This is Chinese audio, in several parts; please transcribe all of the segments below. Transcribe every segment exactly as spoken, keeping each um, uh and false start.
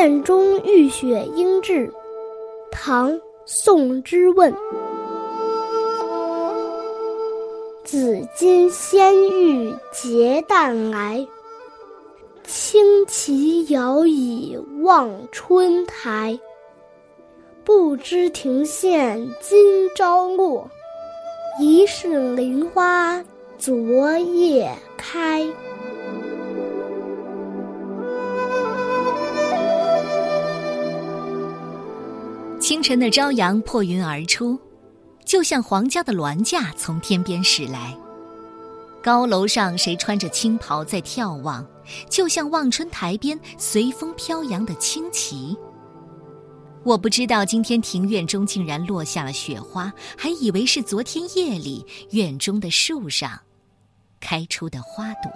院中浴雪应至，唐·宋之问。紫金鲜玉结旦来，轻骑摇椅望春台。不知庭线今朝落，疑是林花昨夜开。 清晨的朝阳破云而出，就像皇家的銮驾从天边驶来。高楼上谁穿着青袍在眺望，就像望春台边随风飘扬的轻旗。我不知道今天庭院中竟然落下了雪花，还以为是昨天夜里院中的树上开出的花朵。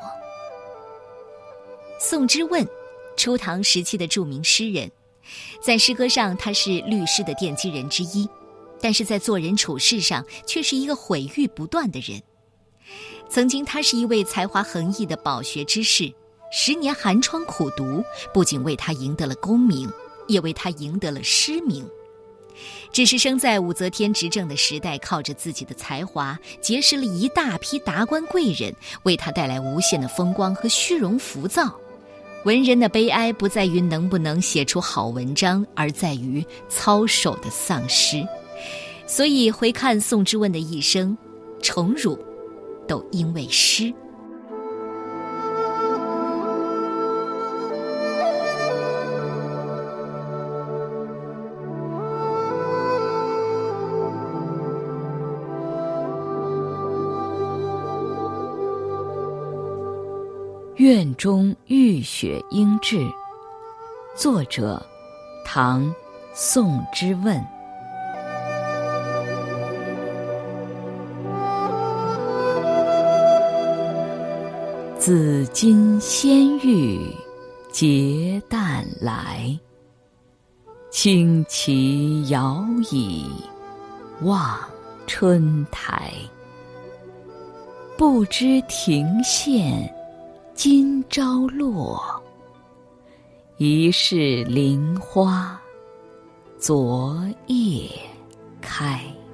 宋之问，初唐时期的著名诗人，在诗歌上他是律诗的奠基人之一，但是在做人处事上却是一个毁誉不断的人。曾经他是一位才华横溢的饱学之士，十年寒窗苦读，不仅为他赢得了功名，也为他赢得了诗名。只是生在武则天执政的时代，靠着自己的才华结识了一大批达官贵人，为他带来无限的风光和虚荣浮躁。文人的悲哀不在于能不能写出好文章，而在于操守的丧失。所以回看宋之问的一生，宠辱都因为诗。 院中浴雪应至，作者唐·宋之问。紫金鲜玉结旦来，轻骑摇椅望春台。不知庭线今朝落，疑是林花昨夜开。